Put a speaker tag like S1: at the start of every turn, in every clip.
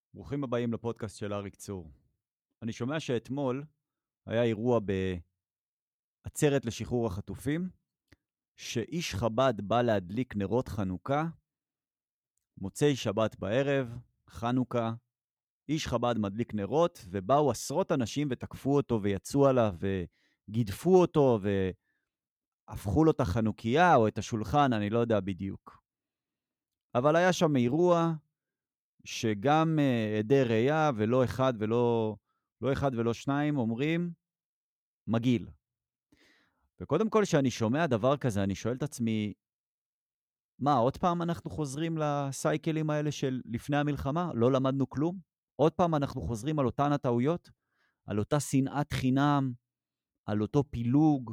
S1: ברוכים הבאים לפודקאסט של אריק צור. אני שומע שאתמול היה אירוע בעצרת לשחרור החטופים, שאיש חב"ד בא להדליק נרות חנוכה, מוצאי שבת בערב, חנוכה, איש חב"ד מדליק נרות, ובאו עשרות אנשים ותקפו אותו ויצאו עליו וגידפו אותו והפכו לו את החנוכיה או את השולחן, אני לא יודע בדיוק. אבל היה שם אירוע שגם עדי ראייה ולא אחד ולא שניים אומרים מגעיל. וקודם כל שאני שומע דבר כזה, אני שואל את עצמי, מה, עוד פעם אנחנו חוזרים לסייקלים האלה של לפני המלחמה? לא למדנו כלום? עוד פעם אנחנו חוזרים על אותן הטעויות? על אותה שנאת חינם? על אותו פילוג?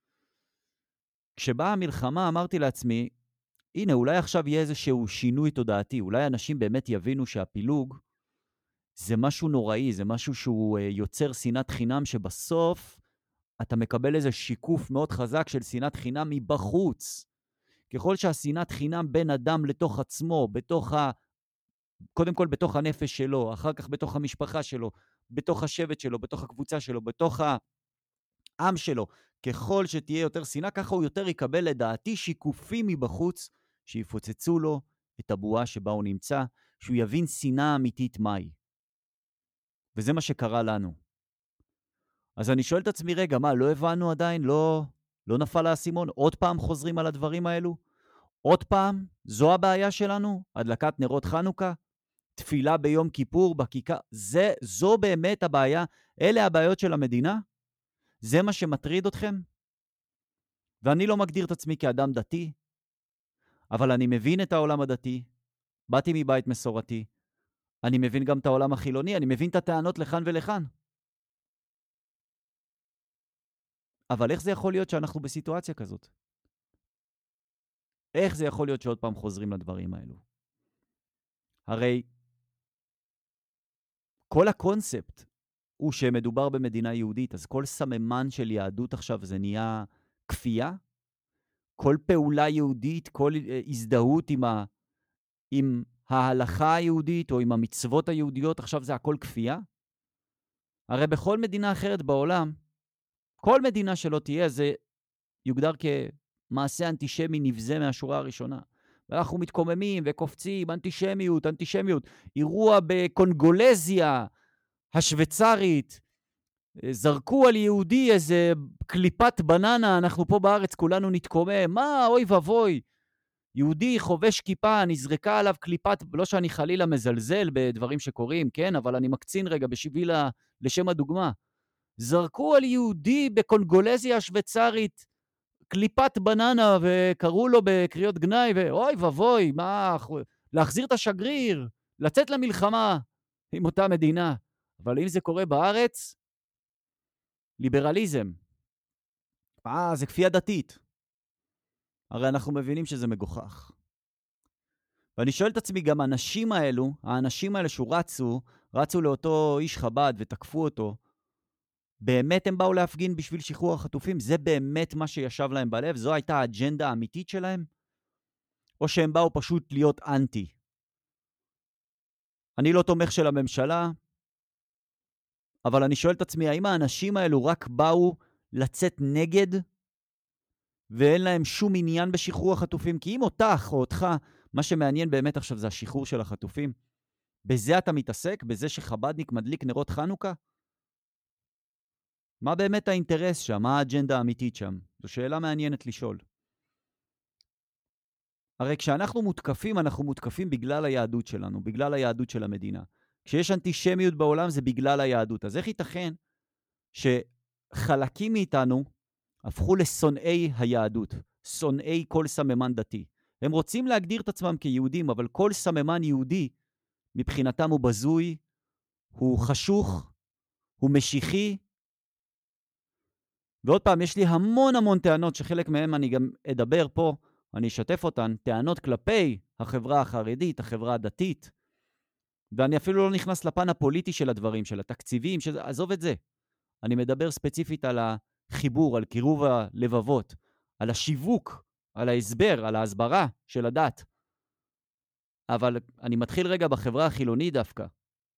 S1: כשבאה המלחמה אמרתי לעצמי, הנה, אולי עכשיו יהיה איזשהו שינוי תודעתי, אולי אנשים באמת יבינו שהפילוג זה משהו נוראי, זה משהו שהוא יוצר שנאת חינם שבסוף אתה מקבל איזה שיקוף מאוד חזק של שנאת חינם מבחוץ. ככל שהשנאת חינם בין אדם לתוך עצמו, קודם כל בתוך הנפש שלו, אחר כך בתוך המשפחה שלו, בתוך השבט שלו, בתוך הקבוצה שלו, בתוך העם שלו, ככל שתהיה יותר שנאה, ככה הוא יותר יקבל לדעתי שיקופים מבחוץ, שיפוצצו לו את הבועה שבה הוא נמצא, שהוא יבין שנאה אמיתית מהי. וזה מה שקרה לנו. אז אני שואל את עצמי, רגע, מה, לא הבנו עדיין? לא נפל האסימון? עוד פעם חוזרים על הדברים האלו? עוד פעם? זו הבעיה שלנו? הדלקת נרות חנוכה? תפילה ביום כיפור בכיכר? זו באמת הבעיה? אלה הבעיות של המדינה? זה מה שמטריד אתכם? ואני לא מגדיר את עצמי כאדם דתי, אבל אני מבין את העולם הדתי, באתי מבית מסורתי, אני מבין גם את העולם החילוני, אני מבין את הטענות לכאן ולכאן. אבל איך זה יכול להיות שאנחנו בסיטואציה כזאת? איך זה יכול להיות שעוד פעם חוזרים לדברים האלו? הרי כל הקונספט הוא שמדובר במדינה יהודית, אז כל סממן של יהדות עכשיו זה נהיה כפייה? כל פעולה יהודית, כל הזדהות עם ההלכה היהודית או עם המצוות היהודיות, עכשיו זה הכל כפייה? הרי בכל מדינה אחרת בעולם, כל מדינה שלא תהיה, זה יוגדר כמעשה אנטישמי נבזה מהשורה הראשונה. ואנחנו מתקוממים וקופצים, אנטישמיות. אירוע בקונגולזיה השוויצרית, זרקו על יהודי איזה קליפת בננה, אנחנו פה בארץ כולנו נתקומם, מה, אוי ובוי, יהודי חובש כיפה, נזרקה עליו קליפת, לא שאני חלילה מזלזל בדברים שקורים, כן, אבל אני מקצין רגע לשם הדוגמה. זרקו על יהודי בקונגולזיה השוויצרית קליפת בננה וקראו לו בקריאות גנאי, ואוי ובוי, מה, להחזיר את השגריר, לצאת למלחמה עם אותה מדינה. אבל אם זה קורה בארץ, ליברליזם. זה כפייה דתית. הרי אנחנו מבינים שזה מגוחך. ואני שואל את עצמי, גם האנשים האלה רצו לאותו איש חב"ד ותקפו אותו, באמת הם באו להפגין בשביל שחרור החטופים? זה באמת מה שישב להם בלב? זו הייתה האג'נדה האמיתית שלהם? או שהם באו פשוט להיות אנטי? אני לא תומך של הממשלה, אבל אני שואל את עצמי, האם האנשים האלו רק באו לצאת נגד, ואין להם שום עניין בשחרור החטופים? כי אם אותך או אותך, מה שמעניין באמת עכשיו זה השחרור של החטופים, בזה אתה מתעסק? בזה שחב"דניק מדליק נרות חנוכה? מה באמת האינטרס שם? מה האג'נדה האמיתית שם? זו שאלה מעניינת לשאול. הרי כשאנחנו מותקפים, אנחנו מותקפים בגלל היהדות שלנו, בגלל היהדות של המדינה. כשיש אנטישמיות בעולם זה בגלל היהדות. אז איך ייתכן שחלקים מאיתנו הפכו לשונאי היהדות, שונאי כל סממן דתי? הם רוצים להגדיר את עצמם כיהודים, אבל כל סממן יהודי מבחינתם הוא בזוי, הוא חשוך, הוא משיחי. ועוד פעם, יש לי המון טענות שחלק מהם אני גם אדבר פה, אני אשתף אותן, טענות כלפי החברה החרדית, החברה הדתית, ואני אפילו לא נכנס לפן הפוליטי של הדברים, של התקציבים, עזוב את זה. אני מדבר ספציפית על החיבור, על קירוב הלבבות, על השיווק, על ההסבר, על ההסברה של הדת. אבל אני מתחיל רגע בחברה החילונית דווקא.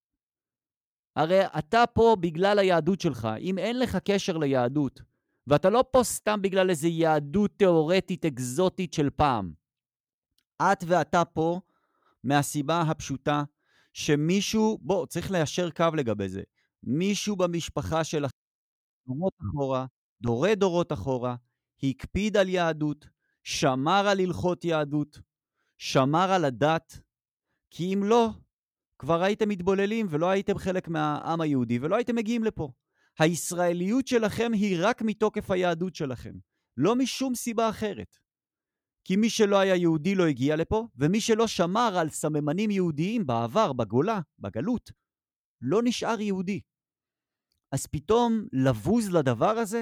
S1: הרי אתה פה בגלל היהדות שלך. אם אין לך קשר ליהדות, ואתה לא פה סתם בגלל איזו יהדות תיאורטית אקזוטית של פעם, את ואתה פה מהסיבה הפשוטה שמישהו, בוא, צריך ליישר קו לגבי זה, מישהו במשפחה שלך, דורות אחורה, דורות אחורה, הקפיד על יהדות, שמר על הלכות יהדות, שמר על הדת, כי אם לא, כבר הייתם מתבוללים ולא הייתם חלק מהעם היהודי ולא הייתם מגיעים לפה. הישראליות שלכם היא רק מתוקף היהדות שלכם, לא משום סיבה אחרת. כי מי שלא היה יהודי לא הגיע לפה, ומי שלא שמר על סממנים יהודיים בעבר, בגולה, בגלות, לא נשאר יהודי. אז פתאום לבוז לדבר הזה,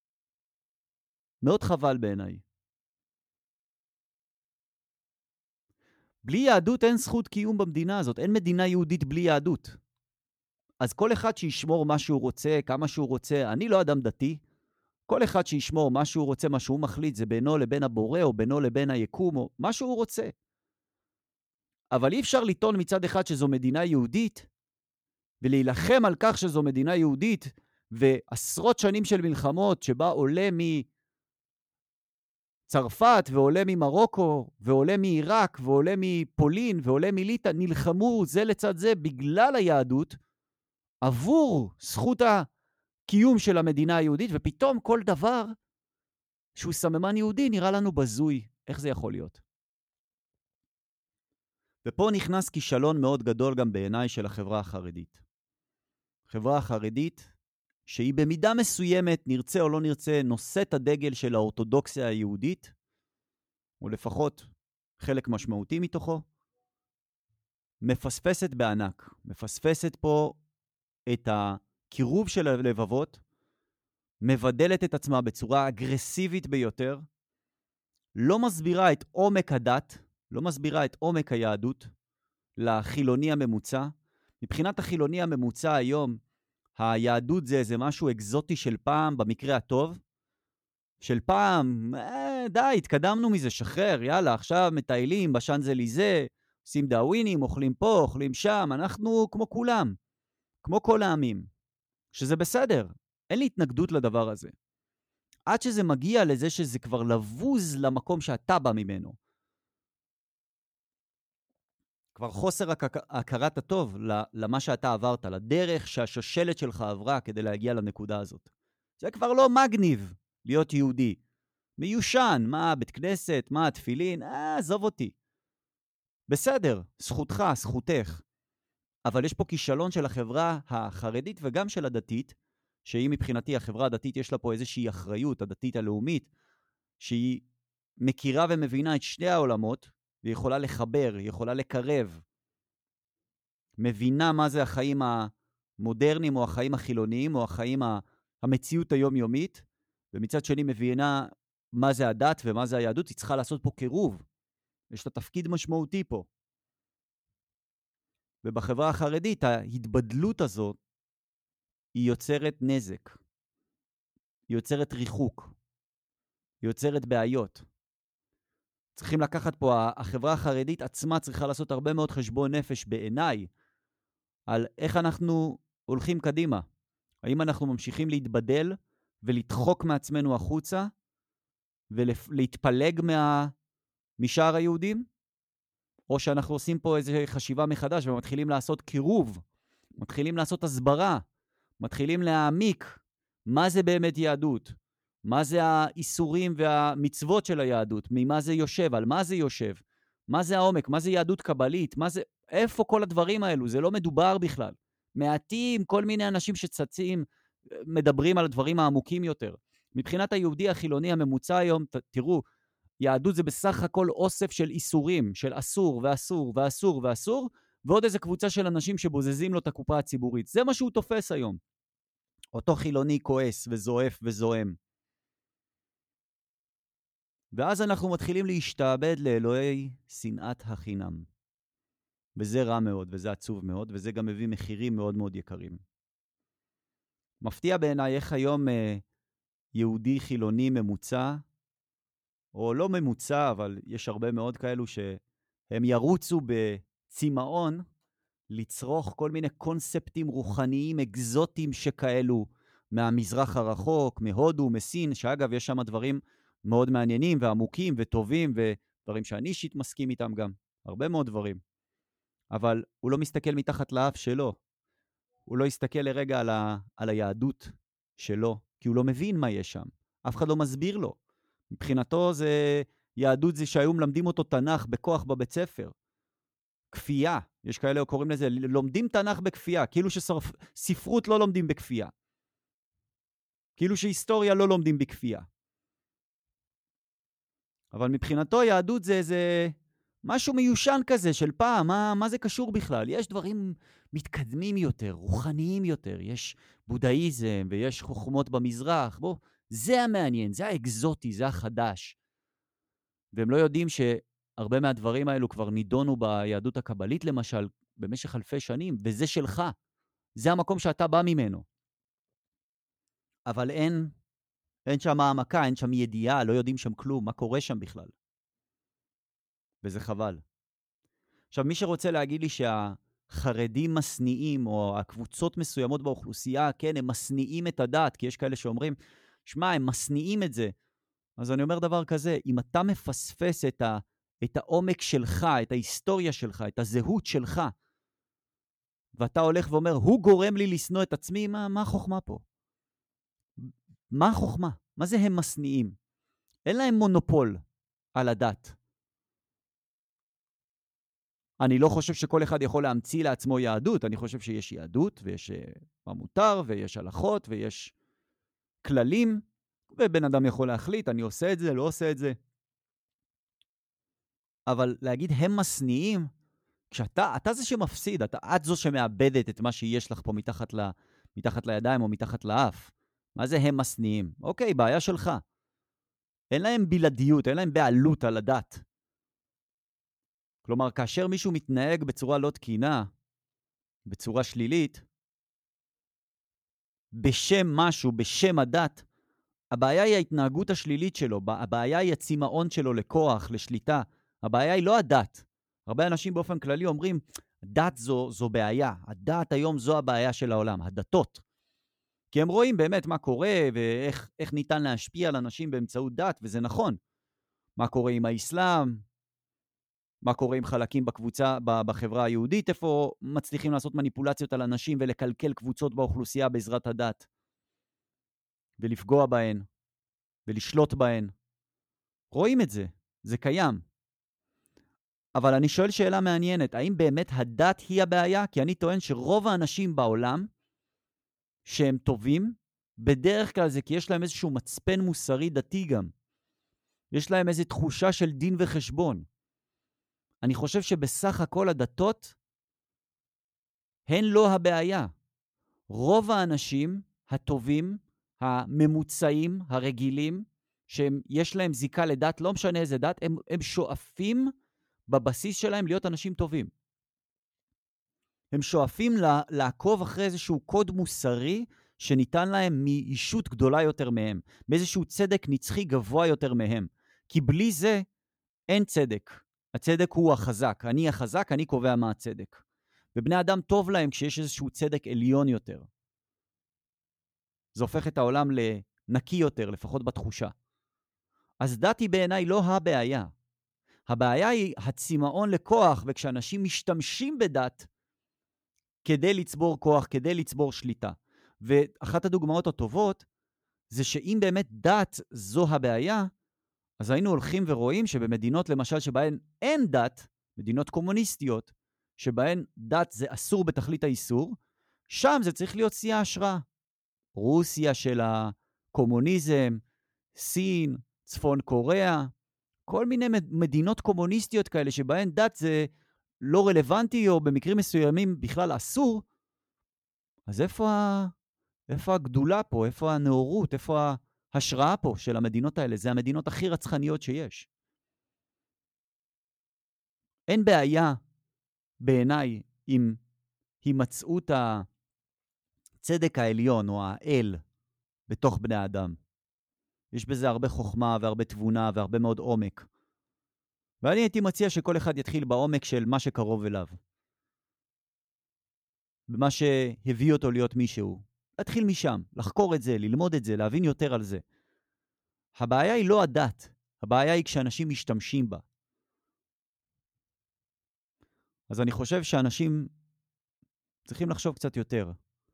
S1: מאוד חבל בעיניי. בלי יהדות אין זכות קיום במדינה הזאת, אין מדינה יהודית בלי יהדות. אז כל אחד שישמור מה שהוא רוצה, כמה שהוא רוצה, אני לא אדם דתי, כל אחד שישמור מה שהוא רוצה, מה שהוא מחליט, זה בינו לבין הבורא, או בינו לבין היקום, או מה שהוא רוצה. אבל אי אפשר לטעון מצד אחד שזו מדינה יהודית, ולהילחם על כך שזו מדינה יהודית, ועשרות שנים של מלחמות, שבה עולה מצרפת, ועולה ממרוקו, ועולה מעיראק, ועולה מפולין, ועולה מליטא, נלחמו זה לצד זה בגלל היהדות, עבור זכות הקיום של המדינה היהודית, ופתאום כל דבר שהוא סממן יהודי נראה לנו בזוי. איך זה יכול להיות? ופה נכנס כישלון מאוד גדול גם בעיניי של החברה החרדית. חברה החרדית, שהיא במידה מסוימת, נרצה או לא נרצה, נושאת הדגל של האורתודוקסיה היהודית, או לפחות חלק משמעותי מתוכו, מפספסת בענק. מפספסת פה את הקירוב של הלבבות, מבדלת את עצמה בצורה אגרסיבית ביותר, לא מסבירה את עומק הדת, לא מסבירה את עומק היהדות לחילוני הממוצע. מבחינת החילוני הממוצע היום, היהדות זה משהו אקזוטי של פעם, במקרה הטוב. של פעם, די, התקדמנו מזה, שחרר, יאללה, עכשיו מטיילים בשאנזליזה, עושים דאווינים, אוכלים פה, אוכלים שם, אנחנו כמו כולם, כמו כל העמים, שזה בסדר, אין לי התנגדות לדבר הזה. עד שזה מגיע לזה שזה כבר לבוז למקום שאתה בא ממנו. כבר חוסר הכרת הטוב למה שאתה עברת, לדרך שהשושלת שלך עברה כדי להגיע לנקודה הזאת. זה כבר לא מגניב להיות יהודי. מיושן, מה בית כנסת, מה תפילין, עזוב אותי. בסדר, זכותך, זכותך. אבל יש פה כישלון של החברה החרדית וגם של הדתית, שהיא מבחינתי, החברה הדתית יש לה פה איזושהי אחריות, הדתית הלאומית, שהיא מכירה ומבינה את שני העולמות, והיא יכולה לחבר, היא יכולה לקרב, מבינה מה זה החיים המודרניים, או החיים החילוניים, או החיים המציאות היומיומית, ומצד שני מבינה מה זה הדת ומה זה היהדות, היא צריכה לעשות פה קירוב. יש לה תפקיד משמעותי פה. ובחברה החרדית, ההתבדלות הזאת, היא יוצרת נזק, היא יוצרת ריחוק, היא יוצרת בעיות. צריכים לקחת פה, החברה החרדית עצמה צריכה לעשות הרבה מאוד חשבון נפש בעיניי, על איך אנחנו הולכים קדימה. האם אנחנו ממשיכים להתבדל ולדחוק מעצמנו החוצה, ולהתפלג משאר היהודים, או שאנחנו עושים פה איזו חשיבה מחדש, ומתחילים לעשות קירוב, מתחילים לעשות הסברה, מתחילים להעמיק מה זה באמת יהדות, מה זה האיסורים והמצוות של היהדות, ממה זה יושב, על מה זה יושב, מה זה העומק, מה זה יהדות קבלית, איפה כל הדברים האלו, זה לא מדובר בכלל. מעטים כל מיני אנשים שצצים, מדברים על הדברים העמוקים יותר. מבחינת היהודי החילוני הממוצע היום, תראו, יהדות זה בסך הכל אוסף של איסורים, של אסור ואסור ואסור ואסור, ועוד איזה קבוצה של אנשים שבוזזים לו את הקופה הציבורית. זה מה שהוא תופס היום. אותו חילוני כועס וזועף וזועם. ואז אנחנו מתחילים להשתעבד לאלוהי שנאת החינם. וזה רע מאוד, וזה עצוב מאוד, וזה גם מביא מחירים מאוד מאוד יקרים. מפתיע בעיניי איך היום יהודי חילוני ממוצע, או לא ממוצע, אבל יש הרבה מאוד כאלו שהם ירוצו בצמאון לצרוך כל מיני קונספטים רוחניים אקזוטיים שכאלו מהמזרח הרחוק, מהודו, מסין, שאגב, יש שם דברים מאוד מעניינים ועמוקים וטובים, ודברים שאני אישית מסכים איתם גם, הרבה מאוד דברים. אבל הוא לא מסתכל מתחת לאף שלו, הוא לא יסתכל לרגע על היהדות שלו, כי הוא לא מבין מה יש שם. אף אחד לא מסביר לו. מבחינתו יהדות זה שהיו מלמדים אותו תנ"ך בכוח בבית ספר. כפייה, יש כאלה קוראים לזה, לומדים תנ"ך בכפייה, כאילו שספרות לא לומדים בכפייה. כאילו שהיסטוריה לא לומדים בכפייה. אבל מבחינתו יהדות זה משהו מיושן כזה של פעם, מה זה קשור בכלל? יש דברים מתקדמים יותר, רוחניים יותר, יש בודהיזם ויש חוכמות במזרח, בוא, זה המעניין, זה האקזוטי, זה החדש. והם לא יודעים שהרבה מהדברים האלו כבר נידונו ביהדות הקבלית למשל, במשך אלפי שנים, וזה שלך, זה המקום שאתה בא ממנו. אבל אין שם העמקה, אין שם ידיעה, לא יודעים שם כלום, מה קורה שם בכלל. וזה חבל. עכשיו, מי שרוצה להגיד לי שהחרדים מסניעים, או הקבוצות מסוימות באוכלוסייה, כן, הם מסניעים את הדת, כי יש כאלה שאומרים, שמע, הם מסניעים את זה. אז אני אומר דבר כזה, אם אתה מפספס את העומק שלך, את ההיסטוריה שלך, את הזהות שלך, ואתה הולך ואומר, הוא גורם לי לשנוא את עצמי, מה החוכמה פה? מה החוכמה? מה זה הם מסניעים? אין להם מונופול על הדת. אני לא חושב שכל אחד יכול להמציא לעצמו יהדות, אני חושב שיש יהדות, ויש מה מותר, ויש הלכות, ויש כללים, ובן אדם יכול להחליט, אני עושה את זה, לא עושה את זה. אבל להגיד הם מסניעים, כשאתה זה שמפסיד, את זו שמאבדת את מה שיש לך פה מתחת לידיים או מתחת לאף. מה זה הם מסניעים? אוקיי, בעיה שלך. אין להם בלעדיות, אין להם בעלות על הדת. כלומר, כאשר מישהו מתנהג בצורה לא תקינה, בצורה שלילית, בשם משהו, בשם הדת, הבעיה היא ההתנהגות השלילית שלו, הבעיה היא הצמאון שלו לכוח, לשליטה. הבעיה היא לא הדת. הרבה אנשים באופן כללי אומרים, דת זו בעיה. הדת היום זו הבעיה של העולם, הדתות. כי הם רואים באמת מה קורה, ואיך ניתן להשפיע על אנשים באמצעות דת, וזה נכון. מה קורה עם האסלאם, מה קורה עם חלקים בחברה היהודית, איפה מצליחים לעשות מניפולציות על אנשים ולקלקל קבוצות באוכלוסייה בעזרת הדת, ולפגוע בהן, ולשלוט בהן. רואים את זה, זה קיים. אבל אני שואל שאלה מעניינת, האם באמת הדת היא הבעיה? כי אני טוען שרוב האנשים בעולם, שהם טובים, בדרך כלל זה כי יש להם איזשהו מצפן מוסרי דתי גם. יש להם איזו תחושה של דין וחשבון. אני חושב שבסך הכל הדתות הן לא הבעיה. רוב האנשים הטובים, הממוצעים, הרגילים, שיש להם זיקה לדת, לא משנה איזה דת, הם שואפים בבסיס שלהם להיות אנשים טובים. הם שואפים לעקוב אחרי איזשהו קוד מוסרי שניתן להם מאישות גדולה יותר מהם, מאיזשהו צדק נצחי גבוה יותר מהם. כי בלי זה אין צדק. הצדק הוא החזק. אני החזק, אני קובע מה הצדק. ובני אדם טוב להם כשיש איזשהו צדק עליון יותר. זה הופך את העולם לנקי יותר, לפחות בתחושה. אז דת היא בעיניי לא הבעיה. הבעיה היא הצמאון לכוח, וכשאנשים משתמשים בדת כדי לצבור כוח, כדי לצבור שליטה. ואחת הדוגמאות הטובות זה שאם באמת דת זו הבעיה, אז היינו הולכים ורואים שבמדינות למשל שבהן אין דת, מדינות קומוניסטיות, שבהן דת זה אסור בתכלית האיסור, שם זה צריך להיות שיא ההשראה. רוסיה של הקומוניזם, סין, צפון קוריאה, כל מיני מדינות קומוניסטיות כאלה שבהן דת זה לא רלוונטי או במקרים מסוימים בכלל אסור, אז איפה הגדולה פה? איפה הנאורות? איפה ההשראה פה של המדינות האלה? זה המדינות הכי רצחניות שיש. אין בעיה בעיניי עם הימצאות הצדק העליון או האל בתוך בני האדם. יש בזה הרבה חוכמה והרבה תבונה והרבה מאוד עומק. ואני הייתי מציע שכל אחד יתחיל בעומק של מה שקרוב אליו. במה שהביא אותו להיות מישהו. להתחיל משם, לחקור את זה, ללמוד את זה, להבין יותר על זה. הבעיה היא לא הדת, הבעיה היא כשאנשים משתמשים בה. אז אני חושב שאנשים צריכים לחשוב קצת יותר.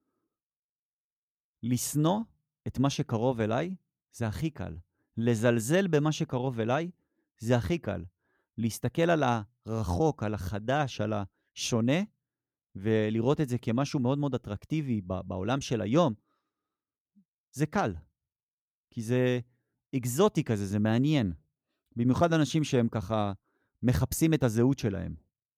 S1: לשנוא את מה שקרוב אליי זה הכי קל. לזלזל במה שקרוב אליי זה הכי קל. להסתכל על הרחוק, על החדש, על השונה, ולראות את זה כמשהו מאוד מאוד אטרקטיבי בעולם של היום, זה קל. כי זה אקזוטי כזה, זה מעניין. במיוחד אנשים שהם ככה מחפשים את הזהות שלהם.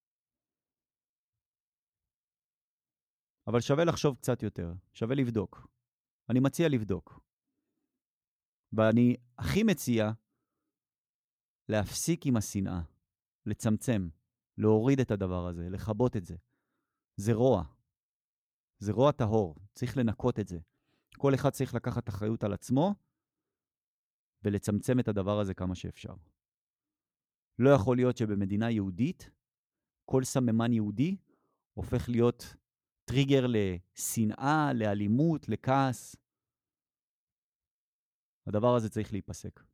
S1: אבל שווה לחשוב קצת יותר, שווה לבדוק. אני מציע לבדוק. ואני הכי מציע להפסיק עם השנאה, לצמצם, להוריד את הדבר הזה, לחבות את זה. זה רוע. זה רוע טהור, צריך לנקות את זה. כל אחד צריך לקחת אחריות על עצמו, ולצמצם את הדבר הזה כמה שאפשר. לא יכול להיות שבמדינה יהודית, כל סממן יהודי הופך להיות טריגר לשנאה, לאלימות, לכעס. הדבר הזה צריך להיפסק.